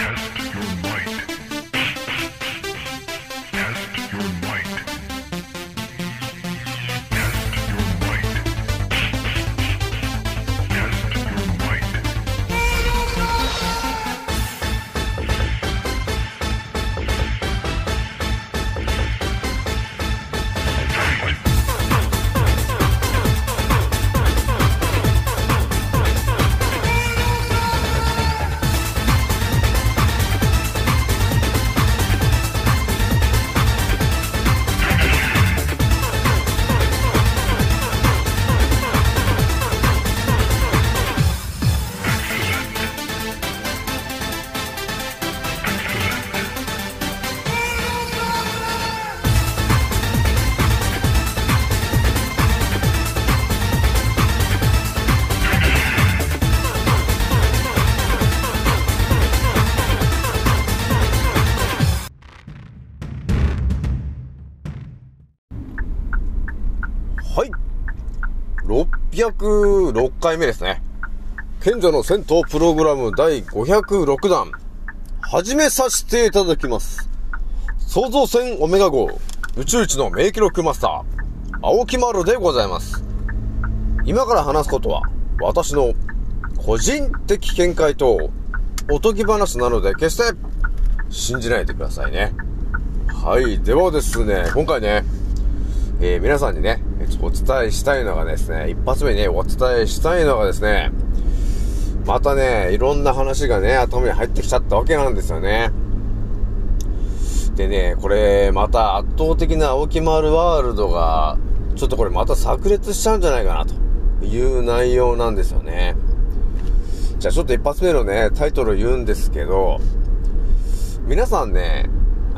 はい。606回目ですね。賢者の戦闘プログラム第506弾。始めさせていただきます。創造船オメガ号宇宙一の名記録マスター、青木丸でございます。今から話すことは、私の個人的見解とおとぎ話なので決して信じないでくださいね。はい。ではですね、今回ね、皆さんにね、お伝えしたいのがですね、一発目にね、お伝えしたいのがですね、またね、いろんな話がね、頭に入ってきちゃったわけなんですよね。でね、これ、また圧倒的な青木丸ワールドが、ちょっとこれまた炸裂しちゃうんじゃないかな、という内容なんですよね。じゃあちょっと一発目のね、タイトルを言うんですけど、皆さんね、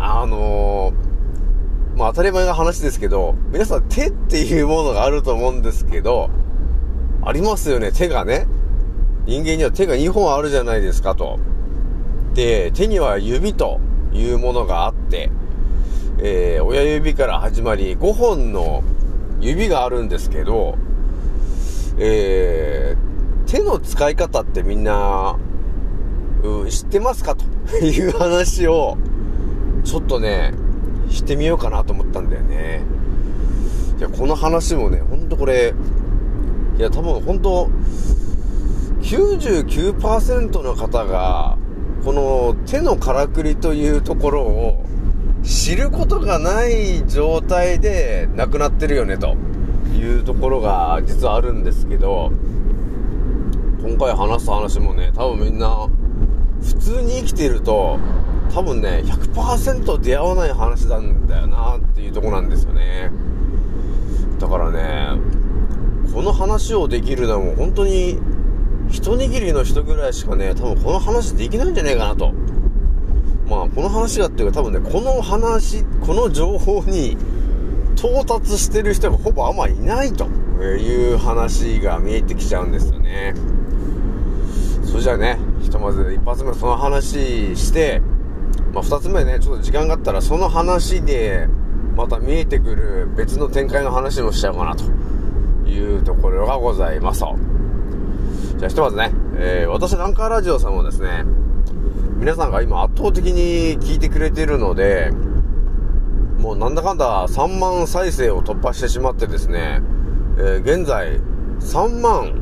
まあ当たり前の話ですけど、皆さん手っていうものがあると思うんですけど、ありますよね、手がね。人間には手が2本あるじゃないですかと。で、手には指というものがあって、親指から始まり5本の指があるんですけど、手の使い方ってみんな、知ってますかという話を、ちょっとね、してみようかなと思ったんだよね。いや、この話もね、ほんとこれ、いや、多分ほんと、99% の方が、この手のからくりというところを知ることがない状態で亡くなってるよね、というところが実はあるんですけど、今回話す話もね、多分みんな、普通に生きていると、多分ね、100% 出会わない話なんだよなっていうところなんですよね。だからね、この話をできるのも本当に一握りの人ぐらいしかね、多分この話できないんじゃないかなと。まあこの話だっていうか多分ね、この情報に到達してる人がほぼあんまいないという話が見えてきちゃうんですよね。それじゃあね、ひとまず一発目その話して、まあ、二つ目ね、ちょっと時間があったらその話でまた見えてくる別の展開の話もしちゃおうかなというところがございます。じゃあひとまずね、私ナンカーラジオさんもですね、皆さんが今圧倒的に聞いてくれているので、もうなんだかんだ3万再生を突破してしまってですね、現在3万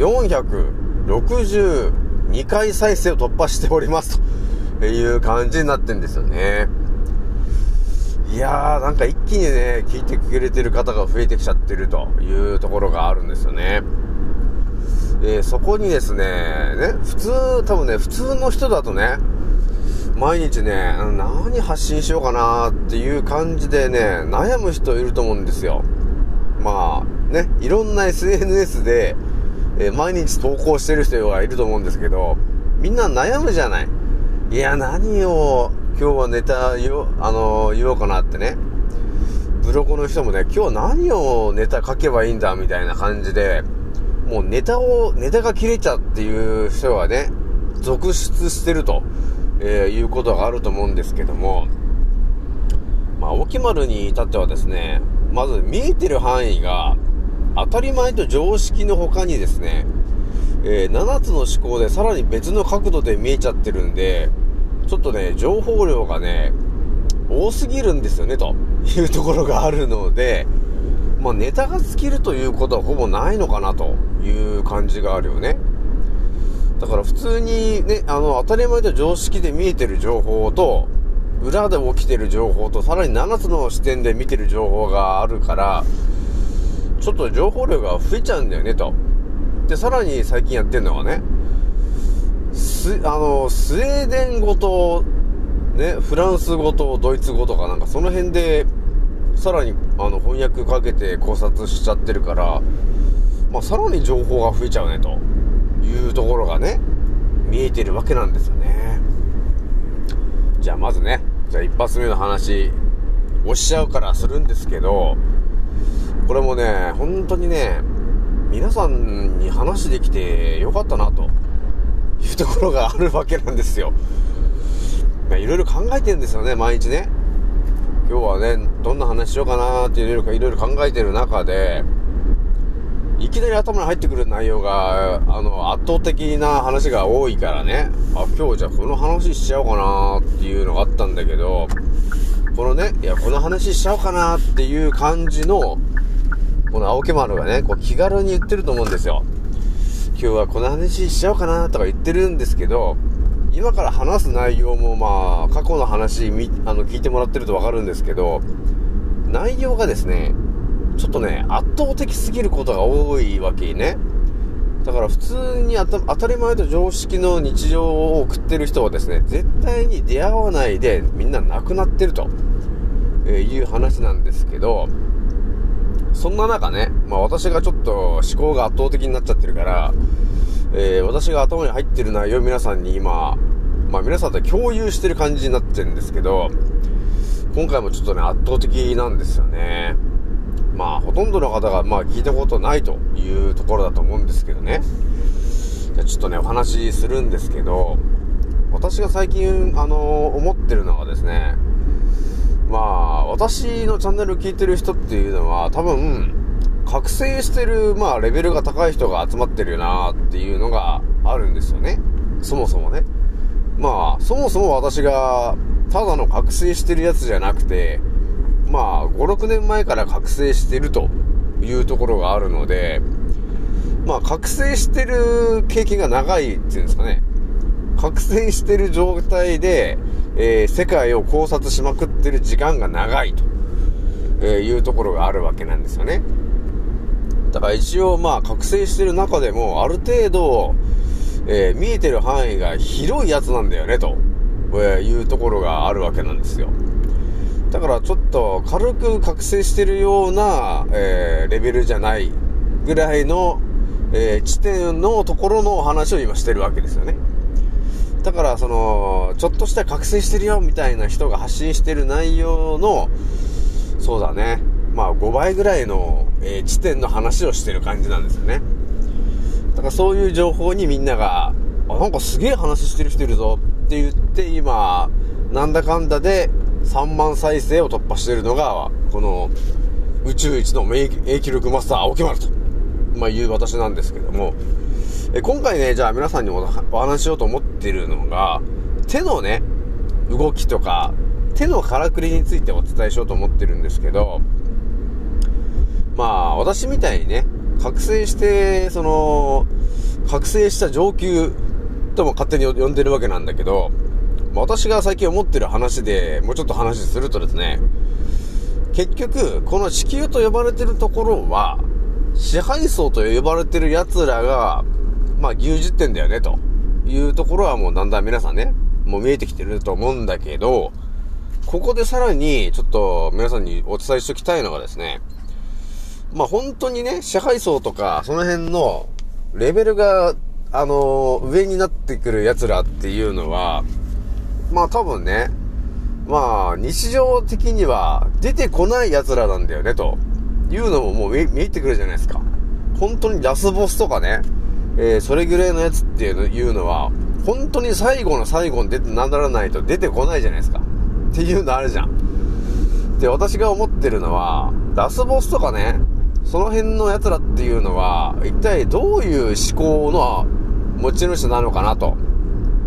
462回再生を突破しておりますという感じになってんですよね。いやー、なんか一気にね、聞いてくれてる方が増えてきちゃってるというところがあるんですよね。そこにですね、多分ね、普通の人だとね、毎日ね、何発信しようかなっていう感じでね、悩む人いると思うんですよ。まあね、いろんな SNS で、毎日投稿してる人がいると思うんですけど、みんな悩むじゃない。いや、何を今日はネタ言おうかなってね。ブログの人もね、今日何をネタ書けばいいんだみたいな感じで、もうネタが切れちゃうっていう人がね、続出してると、いうことがあると思うんですけども、まあ、青木丸に至ってはですね、まず見えてる範囲が当たり前と常識の他にですね、7つの思考でさらに別の角度で見えちゃってるんで、 ちょっとね、情報量がね、多すぎるんですよね、というところがあるので、まあネタが尽きるということはほぼないのかなという感じがあるよね。だから普通にね、当たり前と常識で見えてる情報と、裏で起きてる情報と、さらに7つの視点で見てる情報があるから、ちょっと情報量が増えちゃうんだよね、と。で、さらに最近やってるのはね、スウェーデン語と、ね、フランス語とドイツ語とかなんかその辺で、さらに翻訳かけて考察しちゃってるから、まあさらに情報が増えちゃうね、というところがね、見えてるわけなんですよね。じゃあまずね、一発目の話をしちゃうからするんですけど、これもね、本当にね、皆さんに話できてよかったなというところがあるわけなんですよ。いろいろ考えてるんですよね、毎日ね。今日はね、どんな話しようかなっていろいろ考えてる中で、いきなり頭に入ってくる内容が圧倒的な話が多いからね、今日じゃあこの話しちゃおうかなっていうのがあったんだけど、このね、この話しちゃおうかなっていう感じのこの青木丸がね、こう気軽に言ってると思うんですよ。今日はこの話しちゃおうかなとか言ってるんですけど、今から話す内容もまあ過去の話聞いてもらってると分かるんですけど、内容がですね、ちょっとね、圧倒的すぎることが多いわけね。だから普通に当たり前と常識の日常を送ってる人はですね、絶対に出会わないでみんな亡くなってるという話なんですけど、そんな中ね、まあ私がちょっと思考が圧倒的になっちゃってるから、私が頭に入ってる内容を皆さんに今、まあ皆さんと共有してる感じになってるんですけど、今回もちょっとね、圧倒的なんですよね。まあほとんどの方がまあ聞いたことないというところだと思うんですけどね。じゃあちょっとね、お話しするんですけど、私が最近思ってるのはですね、まあ私のチャンネル聞いてる人っていうのは多分覚醒してるまあレベルが高い人が集まってるよなっていうのがあるんですよね。そもそもね。まあそもそも私がただの覚醒してるやつじゃなくて、まあ5、6年前から覚醒してるというところがあるので、まあ覚醒してる経験が長いっていうんですかね。覚醒してる状態で、世界を考察しまくってる時間が長いと、いうところがあるわけなんですよね。だから一応まあ覚醒してる中でもある程度、見えてる範囲が広いやつなんだよねと、いうところがあるわけなんですよ。だからちょっと軽く覚醒してるような、レベルじゃないぐらいの、地点のところのお話を今してるわけですよね。だからちょっとした覚醒してるよみたいな人が発信してる内容の、そうだね、まあ5倍ぐらいの、地点の話をしてる感じなんですよね。だからそういう情報にみんなが、なんかすげえ話してる人いるぞって言って今、なんだかんだで3万再生を突破しているのが、この宇宙一の永久力マスター青木丸と、まあいう私なんですけども、今回ね、じゃあ皆さんにお話ししようと思っているのが、手のね、動きとか、手のからくりについてお伝えしようと思ってるんですけど、まあ、私みたいにね、覚醒して、覚醒した上級とも勝手に呼んでるわけなんだけど、私が最近思ってる話でもうちょっと話するとですね、結局、この地球と呼ばれてるところは、支配層と呼ばれてる奴らが、まあ牛耳ってんだよねというところはもうだんだん皆さんね、もう見えてきてると思うんだけど、ここでさらにちょっと皆さんにお伝えしておきたいのがですね、まあ本当にね、支配層とかその辺のレベルが上になってくる奴らっていうのは、まあ多分ね、まあ日常的には出てこない奴らなんだよねというのももう見えてくるじゃないですか。本当にラスボスとかね、それぐらいのやつっていうのは本当に最後の最後にならないと出てこないじゃないですかっていうのあるじゃん。で、私が思ってるのはラスボスとかね、その辺の奴らっていうのは一体どういう思考の持ち主なのかなと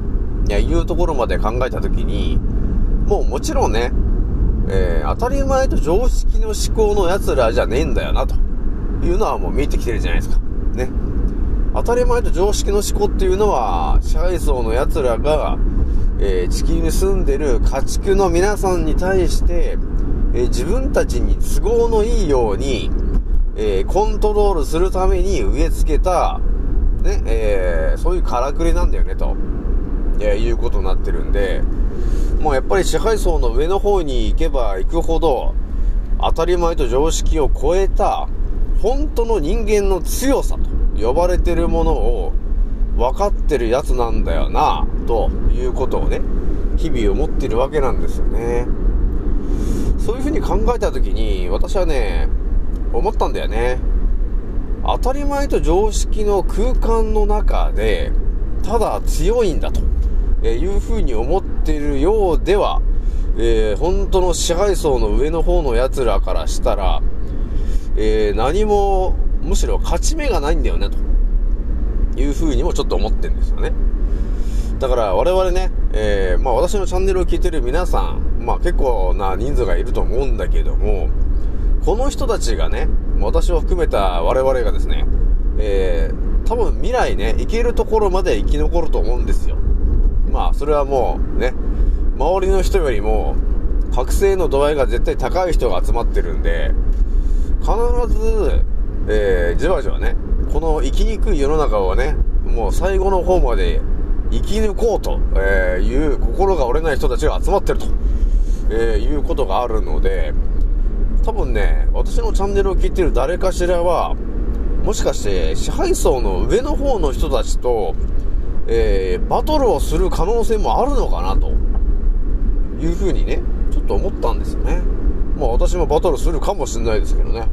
いうところまで考えたときに、もちろんね、当たり前と常識の思考の奴らじゃねえんだよなというのはもう見えてきてるじゃないですかね。当たり前と常識の思考っていうのは支配層の奴らが、地球に住んでる家畜の皆さんに対して、自分たちに都合のいいように、コントロールするために植え付けた、ね、そういうからくりなんだよねと、いうことになってるんで、もうやっぱり支配層の上の方に行けば行くほど当たり前と常識を超えた本当の人間の強さと呼ばれてるものを分かってるやつなんだよなということをね、日々思ってるわけなんですよね。そういうふうに考えたときに私はね、思ったんだよね。当たり前と常識の空間の中でただ強いんだというふうに思っているようでは、本当の支配層の上の方の奴らからしたら、何もむしろ勝ち目がないんだよねというふうにもちょっと思ってるんですよね。だから我々ね、私のチャンネルを聞いてる皆さん、結構な人数がいると思うんだけども、この人たちがね、私を含めた我々がですね、多分未来ね、行けるところまで生き残ると思うんですよ。それはもうね、周りの人よりも覚醒の度合いが絶対高い人が集まってるんで、必ず、じわじわね、この生きにくい世の中をね、もう最後の方まで生き抜こうという心が折れない人たちが集まってると、いうことがあるので、多分ね、私のチャンネルを聞いてる誰かしらは、もしかして支配層の上の方の人たちと、バトルをする可能性もあるのかなというふうにね、ちょっと思ったんですよね。私もバトルするかもしれないですけどね。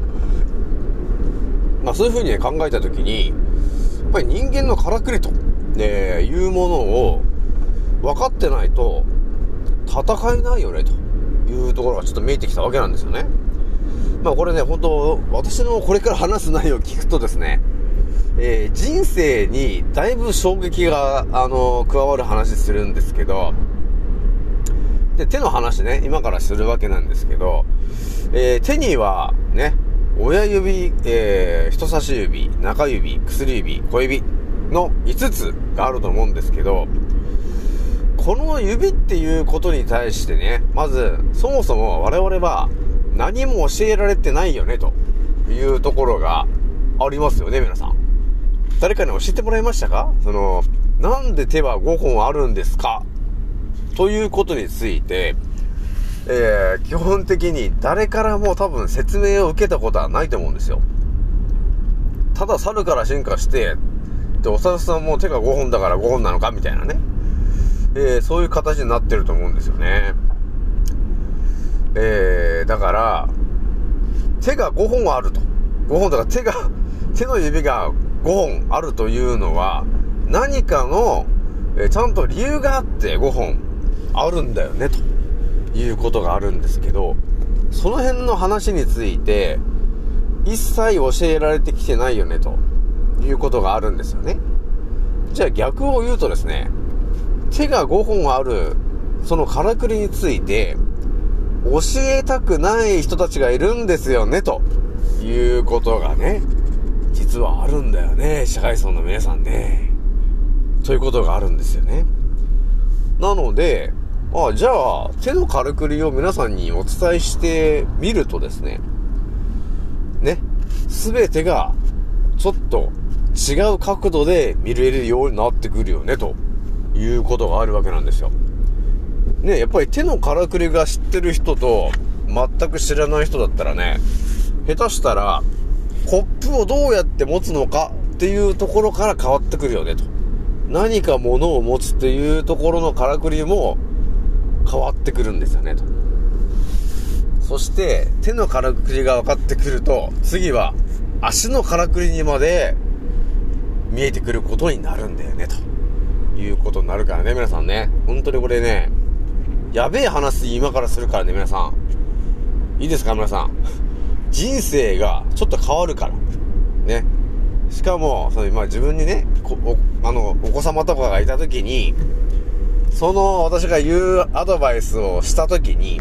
そういうふうにね、考えたときに、やっぱり人間のからくりと、いうものを分かってないと戦えないよねというところがちょっと見えてきたわけなんですよね。これね、本当私のこれから話す内容を聞くとですね、人生にだいぶ衝撃が加わる話するんですけど、で手の話ね、今からするわけなんですけど、手にはね、親指、人差し指、中指、薬指、小指の5つがあると思うんですけど、この指っていうことに対してね、まずそもそも我々は何も教えられてないよねというところがありますよね。皆さん誰かに教えてもらいましたか？なんで手は5本あるんですかということについて、基本的に誰からも多分説明を受けたことはないと思うんですよ。ただ猿から進化してで、お猿さんも手が5本だから5本なのかみたいなね、そういう形になってると思うんですよね。だから手が5本あると、5本だから手の指が5本あるというのは何かの、ちゃんと理由があって5本あるんだよねということがあるんですけど、その辺の話について一切教えられてきてないよねということがあるんですよね。じゃあ逆を言うとですね、手が5本あるそのからくりについて教えたくない人たちがいるんですよねということがね、実はあるんだよね、社会層の皆さんね、ということがあるんですよね。なのでじゃあ手のからくりを皆さんにお伝えしてみるとですね、全てがちょっと違う角度で見れるようになってくるよねということがあるわけなんですよね。やっぱり手のからくりが知ってる人と全く知らない人だったらね、下手したらコップをどうやって持つのかっていうところから変わってくるよねと、何か物を持つっていうところのからくりも変わってくるんですよねと。そして手のからくりが分かってくると、次は足のからくりにまで見えてくることになるんだよねということになるからね、皆さんね、本当にこれね、やべえ話今からするからね、皆さんいいですか？皆さん人生がちょっと変わるからね。しかも自分にねお子様とかがいた時に、 その私が言うアドバイスをしたときに、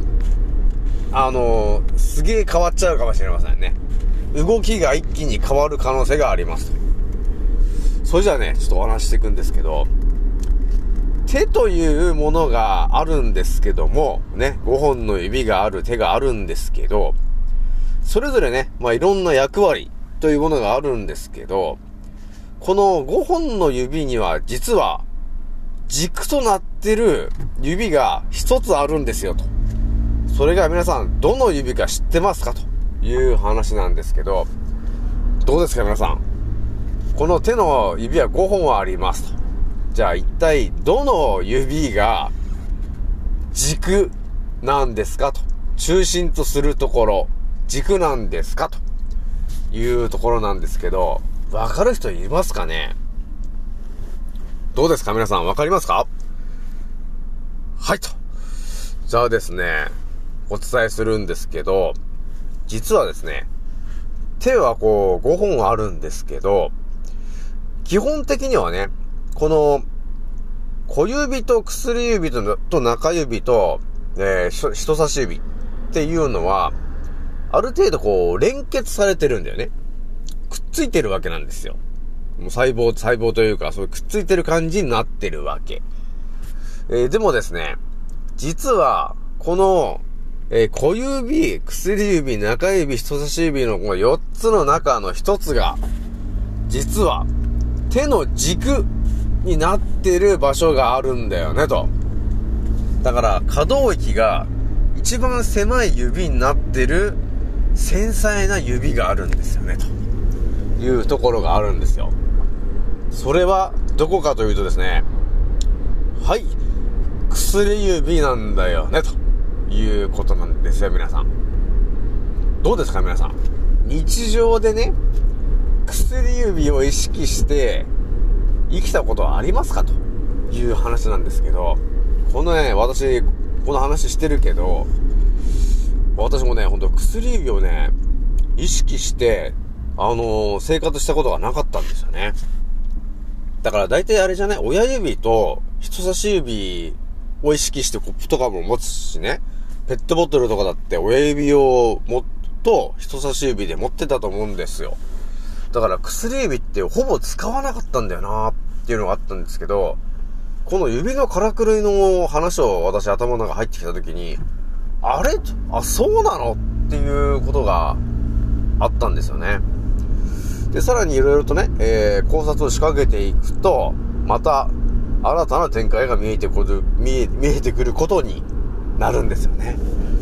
すげえ変わっちゃうかもしれませんね。動きが一気に変わる可能性がありますと。それじゃあね、ちょっとお話していくんですけど、手というものがあるんですけども、ね、5本の指がある手があるんですけど、それぞれね、いろんな役割というものがあるんですけど、この5本の指には実は軸となってる指が一つあるんですよと。それが皆さんどの指か知ってますかという話なんですけど、どうですか皆さん。この手の指は5本ありますと。じゃあ一体どの指が軸なんですかと。中心とするところ、軸なんですかというところなんですけど、わかる人いますかね？どうですか皆さん、わかりますか？はいと。じゃあですね、お伝えするんですけど、実はですね、手はこう5本あるんですけど、基本的にはね、この小指と薬指と中指と、人差し指っていうのは、ある程度こう連結されてるんだよね。くっついてるわけなんですよ。もう細胞というか、そういうくっついてる感じになってるわけ。でもですね、実は、この、小指、薬指、中指、人差し指のこの4つの中の1つが、実は、手の軸になってる場所があるんだよね、と。だから、可動域が一番狭い指になってる繊細な指があるんですよね、というところがあるんですよ。それはどこかというとですね、はい、薬指なんだよね、ということなんですよ、皆さん。どうですか、皆さん。日常でね、薬指を意識して生きたことはありますかという話なんですけど、このね、私、この話してるけど、私もね、ほんと薬指をね、意識して、生活したことがなかったんですよね。だから大体あれじゃない、親指と人差し指を意識してコップとかも持つしね、ペットボトルとかだって親指と人差し指で持ってたと思うんですよ。だから薬指ってほぼ使わなかったんだよなっていうのがあったんですけど、この指のからくりの話を私頭の中入ってきた時に、あれ？そうなの？っていうことがあったんですよね。で、さらにいろいろとね、考察を仕掛けていくと、また新たな展開が見えてくることになるんですよね。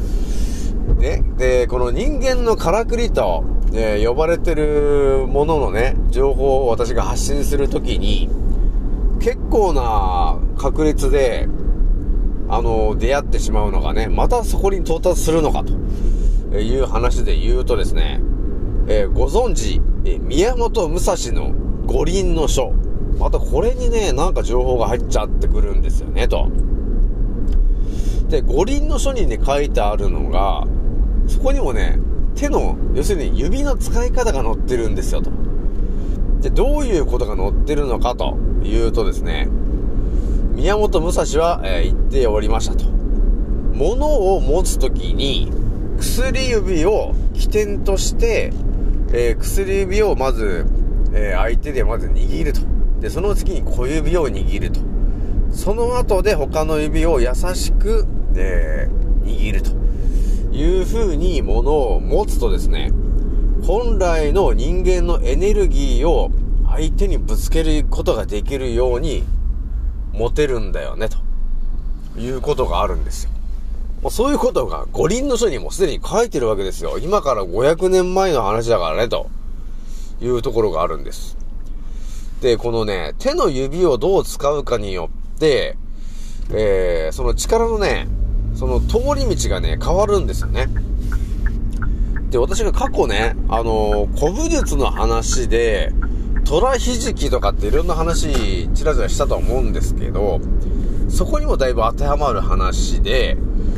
で、この人間のからくりと、呼ばれてるもののね、情報を私が発信するときに、結構な確率で、出会ってしまうのがね、またそこに到達するのかという話で言うとですね、ご存知、宮本武蔵の五輪の書。またこれにね、なんか情報が入っちゃってくるんですよね、と。で、五輪の書にね、書いてあるのが、そこにもね、要するに指の使い方が載ってるんですよ、と。で、どういうことが載ってるのかというとですね、宮本武蔵は、言っておりましたと。物を持つときに、薬指を起点として、薬指をまず、相手でまず握ると。で、その次に小指を握ると。その後で他の指を優しく、握るという風に物を持つとですね、本来の人間のエネルギーを相手にぶつけることができるように持てるんだよね、ということがあるんですよ。もうそういうことが五輪の書にもすでに書いてるわけですよ。今から500年前の話だからね、というところがあるんです。で、このね、手の指をどう使うかによって、その力のね、その通り道がね、変わるんですよね。で、私が過去ね、古武術の話で、虎ひじきとかっていろんな話、ちらちらしたと思うんですけど、そこにもだいぶ当てはまる話で、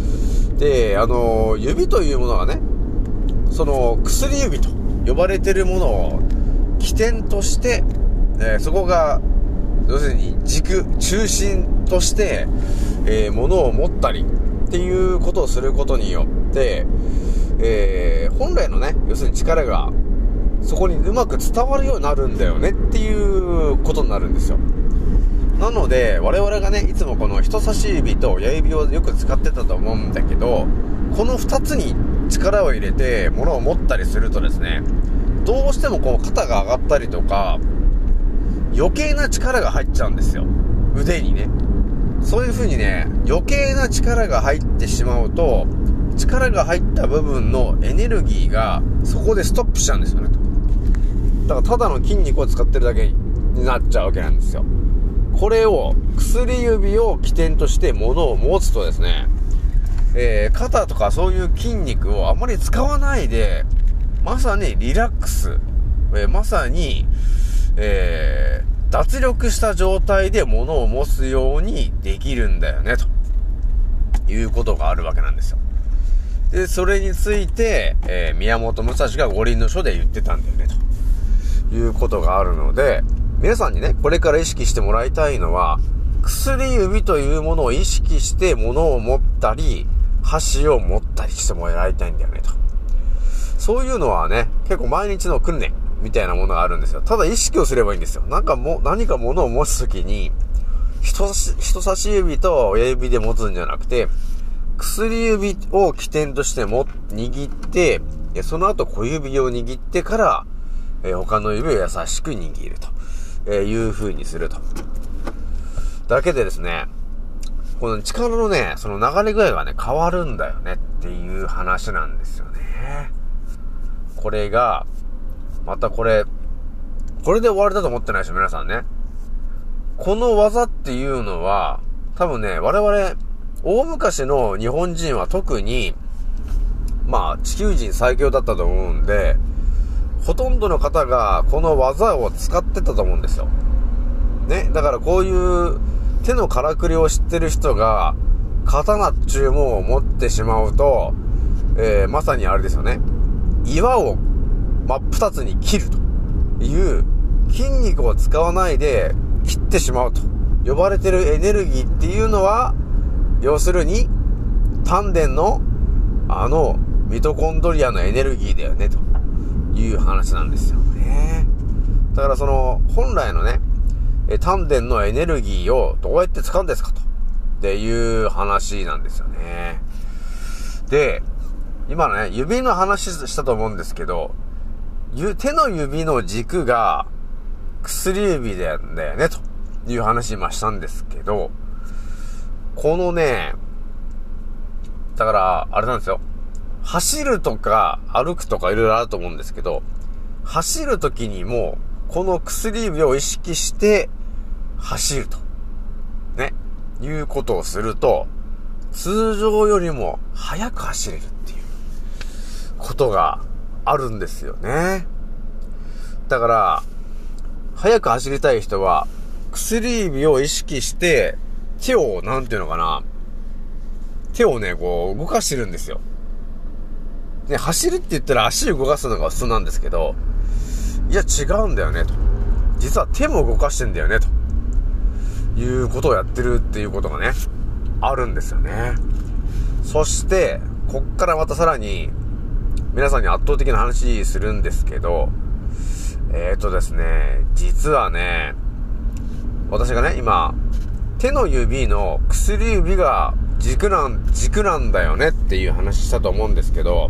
指というものがね、その薬指と呼ばれているものを起点として、そこが要するに中心として、物を持ったりっていうことをすることによって、本来のね、要するに力がそこにうまく伝わるようになるんだよねっていうことになるんですよ。なので我々がね、いつもこの人差し指と親指をよく使ってたと思うんだけど、この2つに力を入れて物を持ったりするとですね、どうしてもこう肩が上がったりとか余計な力が入っちゃうんですよ、腕にね。そういう風にね、余計な力が入ってしまうと、力が入った部分のエネルギーがそこでストップしちゃうんですよね。だからただの筋肉を使ってるだけになっちゃうわけなんですよ。これを薬指を起点として物を持つとですね、肩とかそういう筋肉をあまり使わないで、まさにリラックス、まさに、脱力した状態で物を持つようにできるんだよねということがあるわけなんですよ。でそれについて、宮本武蔵が五輪の書で言ってたんだよねということがあるので、皆さんにね、これから意識してもらいたいのは、薬指というものを意識して物を持ったり箸を持ったりしてもらいたいんだよねと。そういうのはね、結構毎日の訓練みたいなものがあるんですよ。ただ意識をすればいいんですよ。何か物を持つときに人差し指と親指で持つんじゃなくて、薬指を起点として握って、その後小指を握ってから、他の指を優しく握ると、いう風にすると。だけでですね、この力のね、その流れ具合がね、変わるんだよねっていう話なんですよね。これが、またこれで終わりだと思ってないでしょ、皆さんね。この技っていうのは、多分ね、我々、大昔の日本人は特に、地球人最強だったと思うんで、ほとんどの方がこの技を使ってたと思うんですよ。ね、だからこういう手のからくりを知ってる人が、刀っちゅうもんを持ってしまうと、まさにあれですよね。岩を真っ二つに切るという筋肉を使わないで切ってしまうと呼ばれてるエネルギーっていうのは、要するに丹田のミトコンドリアのエネルギーだよねという話なんですよね。だからその本来のね、丹田のエネルギーをどうやって使うんですかとっていう話なんですよね。で、今のね、指の話したと思うんですけど、手の指の軸が薬指だよねという話今したんですけど、このね、だからあれなんですよ、走るとか歩くとかいろいろあると思うんですけど、走るときにもこの薬指を意識して走るとね、いうことをすると、通常よりも速く走れるっていうことがあるんですよね。だから速く走りたい人は薬指を意識して手を手をね、こう動かしてるんですよ。ね、走るって言ったら足を動かすのが普通なんですけど、いや違うんだよねと。実は手も動かしてんだよねということをやってるっていうことがね、あるんですよね。そしてこっからまたさらに皆さんに圧倒的な話するんですけど、ですね、実はね、私がね、今手の指の薬指が軸なんだよねっていう話したと思うんですけど、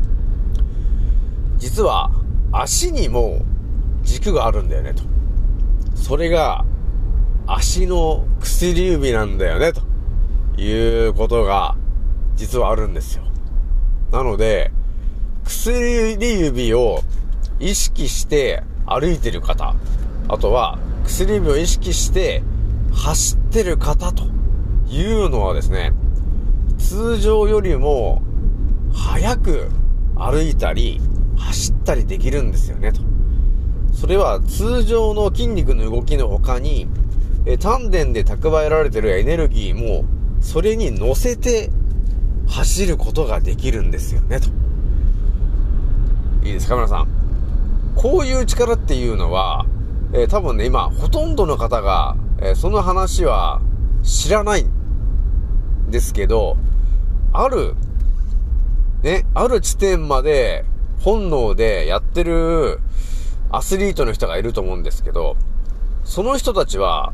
実は足にも軸があるんだよねと。それが足の薬指なんだよねということが実はあるんですよ。なので薬指を意識して歩いてる方、あとは薬指を意識して走ってる方というのはですね、通常よりも速く歩いたり走ったりできるんですよねと。それは通常の筋肉の動きの他に、丹田で蓄えられているエネルギーもそれに乗せて走ることができるんですよねと。いいですか皆さん。こういう力っていうのは多分ね、今、ほとんどの方が、その話は知らないんですけど、ある地点まで本能でやってるアスリートの人がいると思うんですけど、その人たちは、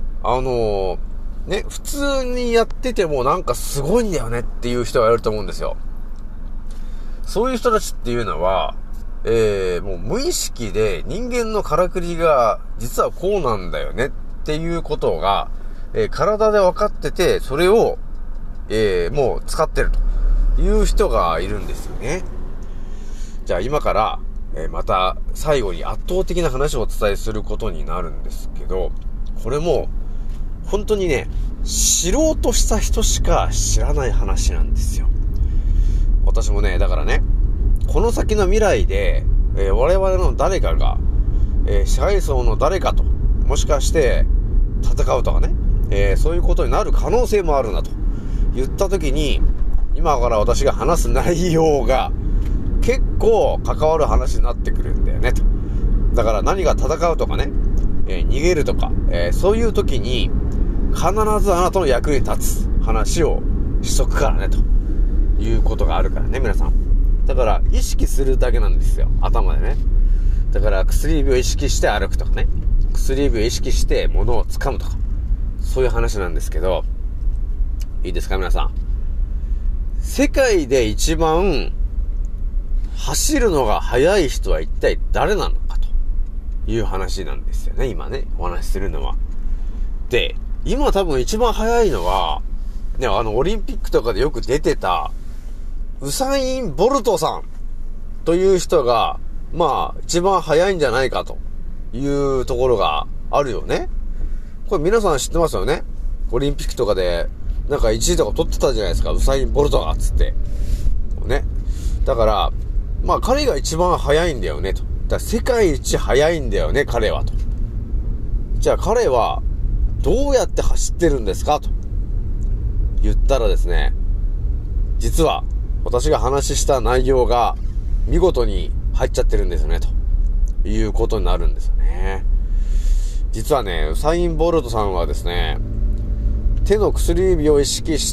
普通にやっててもなんかすごいんだよねっていう人がいると思うんですよ。そういう人たちっていうのは、もう無意識で人間のからくりが実はこうなんだよねっていうことが、体で分かってて、それを、もう使ってるという人がいるんですよね。じゃあ今から、また最後に圧倒的な話をお伝えすることになるんですけど、これも本当にね、知ろうとした人しか知らない話なんですよ。私もね、だからね、この先の未来で、我々の誰かが、支配層の誰かともしかして戦うとかね、そういうことになる可能性もあるなと言った時に、今から私が話す内容が結構関わる話になってくるんだよねと。だから何が戦うとかね、逃げるとか、そういう時に必ずあなたの役に立つ話をしとくからねということがあるからね、皆さん。だから意識するだけなんですよ、頭でね。だから薬指を意識して歩くとかね、薬指を意識して物を掴むとか、そういう話なんですけど、いいですか皆さん。世界で一番走るのが速い人は一体誰なのかという話なんですよね、今ね、お話しするのは。で、今多分一番速いのは、ね、オリンピックとかでよく出てた、ウサイン・ボルトさんという人が、まあ、一番速いんじゃないかというところがあるよね。これ皆さん知ってますよね。オリンピックとかで、なんか1位とか取ってたじゃないですか、ウサイン・ボルトが、つって。ね。だから、まあ彼が一番速いんだよね、と。だから世界一速いんだよね、彼は、と。じゃあ彼は、どうやって走ってるんですかと言ったらですね、実は私が話した内容が見事に入っちゃってるんですよね、ということになるんですよね。実はね、ウサイン・ボルトさんはですね、手の薬指を意識して、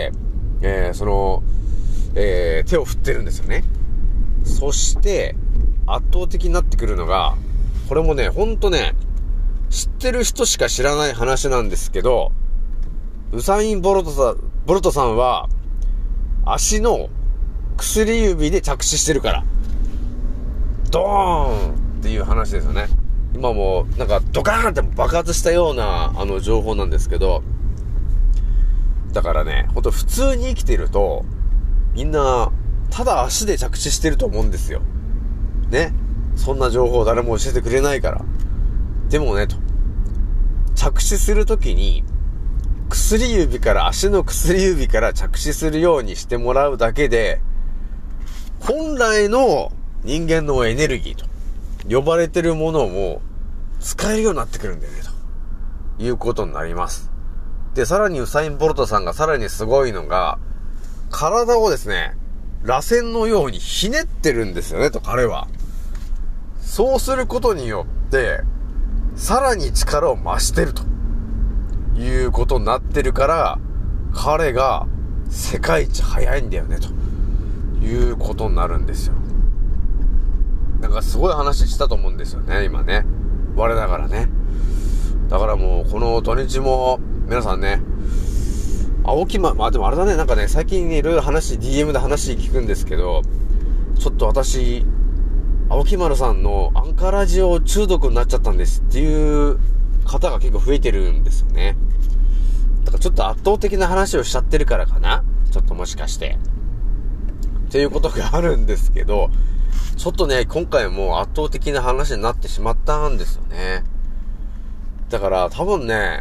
手を振ってるんですよね。そして圧倒的になってくるのが、これもね、ほんとね、知ってる人しか知らない話なんですけど、ウサイン・ボルトさんは足の薬指で着地してるからドーンっていう話ですよね。今もなんかドカーンって爆発したような情報なんですけど、だからね、ほんと普通に生きてるとみんなただ足で着地してると思うんですよね。そんな情報誰も教えてくれないから。でもね、と着地するときに足の薬指から着地するようにしてもらうだけで、本来の人間のエネルギーと呼ばれてるものも使えるようになってくるんだよね、ということになります。で、さらにウサイン・ボルトさんがさらにすごいのが、体をですね、螺旋のようにひねってるんですよね、と彼は。そうすることによってさらに力を増してるということになってるから、彼が世界一速いんだよね、ということになるんですよ。なんかすごい話したと思うんですよね、今ね。我ながらね。だからもうこの土日も皆さんね、まあでもあれだね、なんかね、最近ね、いろいろDM で話聞くんですけど、ちょっと私、青木丸さんのアンカーラジオ中毒になっちゃったんですっていう方が結構増えてるんですよね。だからちょっと圧倒的な話をしちゃってるからかな、ちょっともしかしてっていうことがあるんですけど、ちょっとね、今回も圧倒的な話になってしまったんですよね。だから多分ね、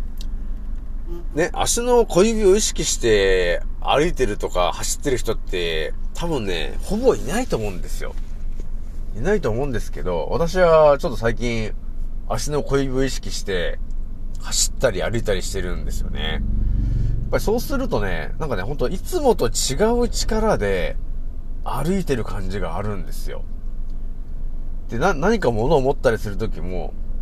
足の小指を意識して歩いてるとか走ってる人って多分ね、ほぼいないと思うんですよ。いないと思うんですけど、私はちょっと最近足の小指を意識して走ったり歩いたりしてるんですよね。やっぱりそうするとね、なんかね、ほんといつもと違う力で歩いてる感じがあるんですよ。で、何か物を持ったりするときも、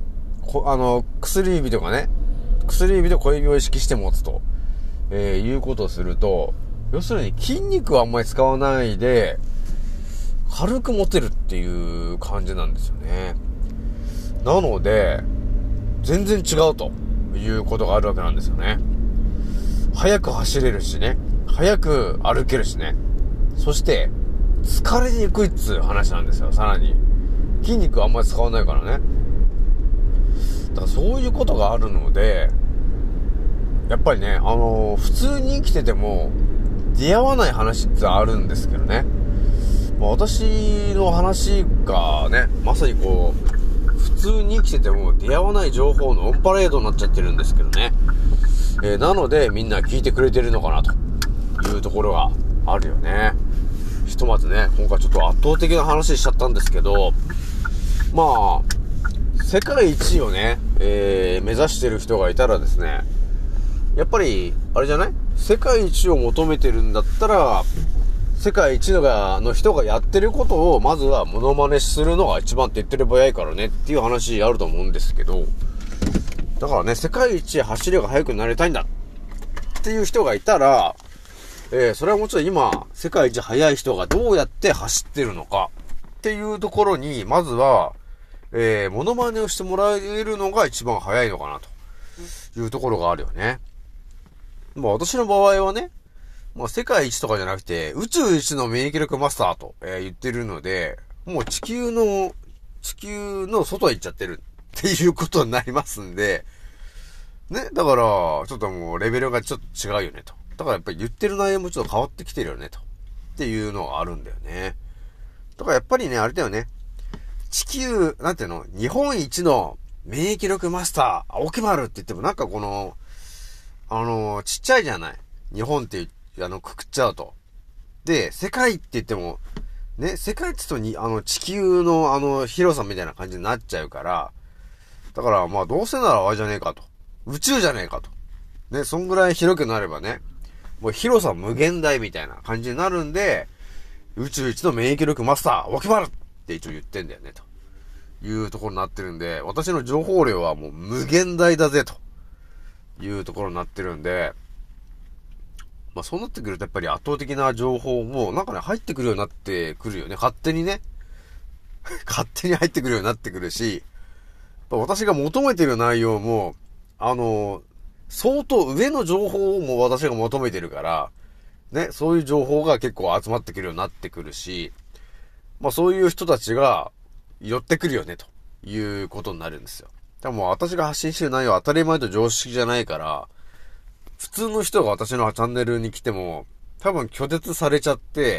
薬指とかね、薬指と小指を意識して持つと、いうことをすると、要するに筋肉はあんまり使わないで、軽く持てるっていう感じなんですよね。なので、全然違うということがあるわけなんですよね。早く走れるしね、早く歩けるしね、そして疲れにくいっつう話なんですよ。さらに筋肉あんまり使わないからね。だからそういうことがあるので、やっぱりね、普通に生きてても出会わない話ってあるんですけどね。私の話がね、まさにこう普通に生きてても出会わない情報のオンパレードになっちゃってるんですけどね。なのでみんな聞いてくれてるのかなというところがあるよね。ひとまずね、今回ちょっと圧倒的な話しちゃったんですけど、まあ世界一をね、目指してる人がいたらですね、やっぱりあれじゃない？世界一を求めてるんだったら、世界一の人がやってることをまずはモノマネするのが一番手っ取り早いからねっていう話あると思うんですけど、だからね、世界一走りが速くなりたいんだっていう人がいたら、それはもちろん今世界一速い人がどうやって走ってるのかっていうところにまずは、モノマネをしてもらえるのが一番速いのかなというところがあるよね。まあ私の場合はね、まあ世界一とかじゃなくて宇宙一の免疫力マスターと、言ってるので、もう地球の外へ行っちゃってるっていうことになりますんで、ね、だからちょっともうレベルがちょっと違うよねと。だからやっぱり言ってる内容もちょっと変わってきてるよねと。っていうのがあるんだよね。だからやっぱりね、あれだよね。地球、なんていうの、日本一の免疫力マスター、青木丸って言ってもなんかこの、ちっちゃいじゃない。日本ってくくっちゃうと。で、世界って言っても、ね、世界って言うと地球の広さみたいな感じになっちゃうから、だからまあどうせならあれじゃねえかと。宇宙じゃねえかと。ね、そんぐらい広くなればね、もう広さ無限大みたいな感じになるんで、宇宙一の免疫力マスター、青木丸って一応言ってんだよね、というところになってるんで、私の情報量はもう無限大だぜ、というところになってるんで、まあそうなってくるとやっぱり圧倒的な情報もなんかね入ってくるようになってくるよね。勝手にね。勝手に入ってくるようになってくるし、私が求めてる内容も、相当上の情報をもう私が求めてるから、ね、そういう情報が結構集まってくるようになってくるし、まあそういう人たちが寄ってくるよね、ということになるんですよ。でも私が発信してる内容は当たり前と常識じゃないから、普通の人が私のチャンネルに来ても、多分拒絶されちゃって、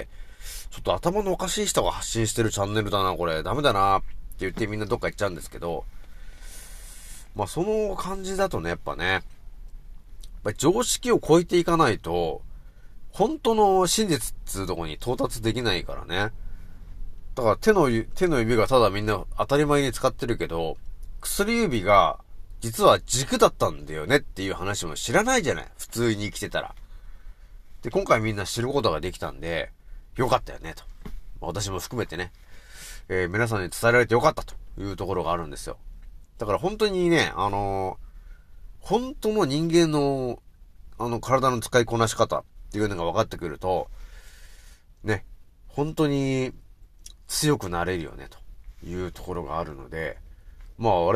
ちょっと頭のおかしい人が発信してるチャンネルだな、これ。ダメだな、って言ってみんなどっか行っちゃうんですけど、まあその感じだとね、やっぱね、やっぱり常識を超えていかないと、本当の真実っていうところに到達できないからね。だから手の指がただみんな当たり前に使ってるけど、薬指が実は軸だったんだよねっていう話も知らないじゃない。普通に生きてたら。で、今回みんな知ることができたんで、よかったよねと。私も含めてね、皆さんに伝えられてよかったというところがあるんですよ。だから本当にね、本当の人間の、体の使いこなし方っていうのが分かってくると、ね、本当に強くなれるよね、というところがあるので、まあ我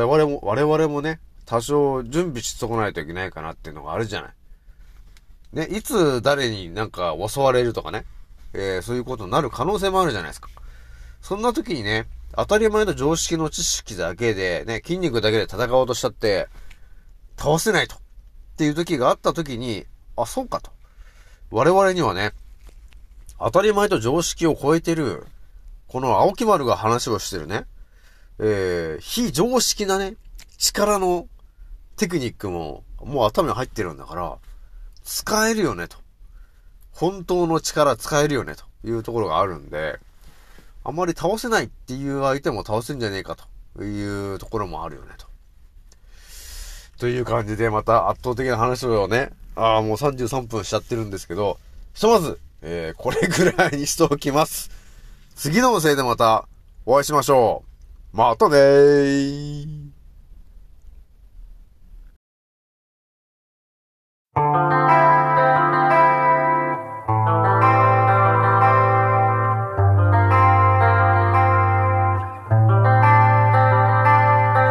々もね、多少準備しとかないといけないかなっていうのがあるじゃない。ね、いつ誰になんか襲われるとかね、そういうことになる可能性もあるじゃないですか。そんな時にね、当たり前の常識の知識だけでね、筋肉だけで戦おうとしたって、倒せないと。っていう時があった時に、あ、そうかと。我々にはね、当たり前と常識を超えてる、この青木丸が話をしてるね、非常識なね、力のテクニックも、もう頭に入ってるんだから、使えるよねと。本当の力使えるよねというところがあるんで、あまり倒せないっていう相手も倒せんじゃねえかというところもあるよねと。という感じでまた圧倒的な話をね、もう33分しちゃってるんですけど、ひとまず、これぐらいにしておきます。次の音声でまたお会いしましょう。またねー。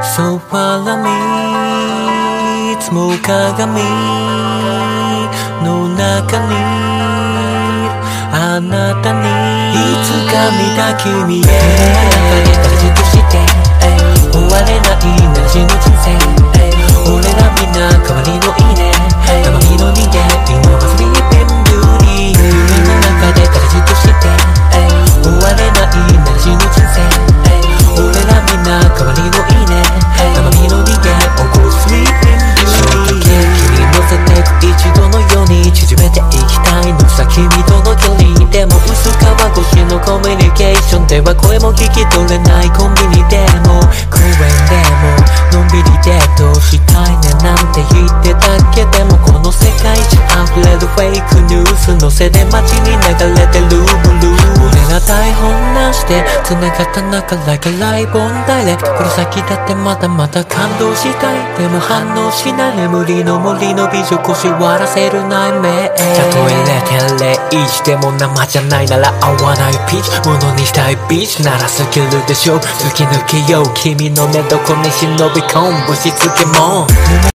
ソファラ見つも鏡の中にあなたにいつか見た君へ中で形として終われないなら死ぬ人生俺らみんな代わりのいいね生身の人間今はスリーピングリー夢の中で形として終われないなら死ぬ人生俺らみんな代わりのいいね生身の人間起こすスリーピングリーショートケーキに乗せてく一度のように縮めていきたいのさ君との距離でも薄皮越しのコミュニケーションでは声も聞き取れないコンビニでも公園でものんびりデートしたいねなんて言ってたけでもこの世界中溢れるフェイクニュースのせで街に流れてるブルー俺ら台本なしで繋がった中 Like a live on direct この先だってまだまだ感動したいでも反応しない眠りの森の美女腰割らせる内面たとえ 0.01 でも生じゃないなら合わないピーチものにしたいビーチならスキルでしょ突き抜けよう君の寝床に忍び込むぶしつけも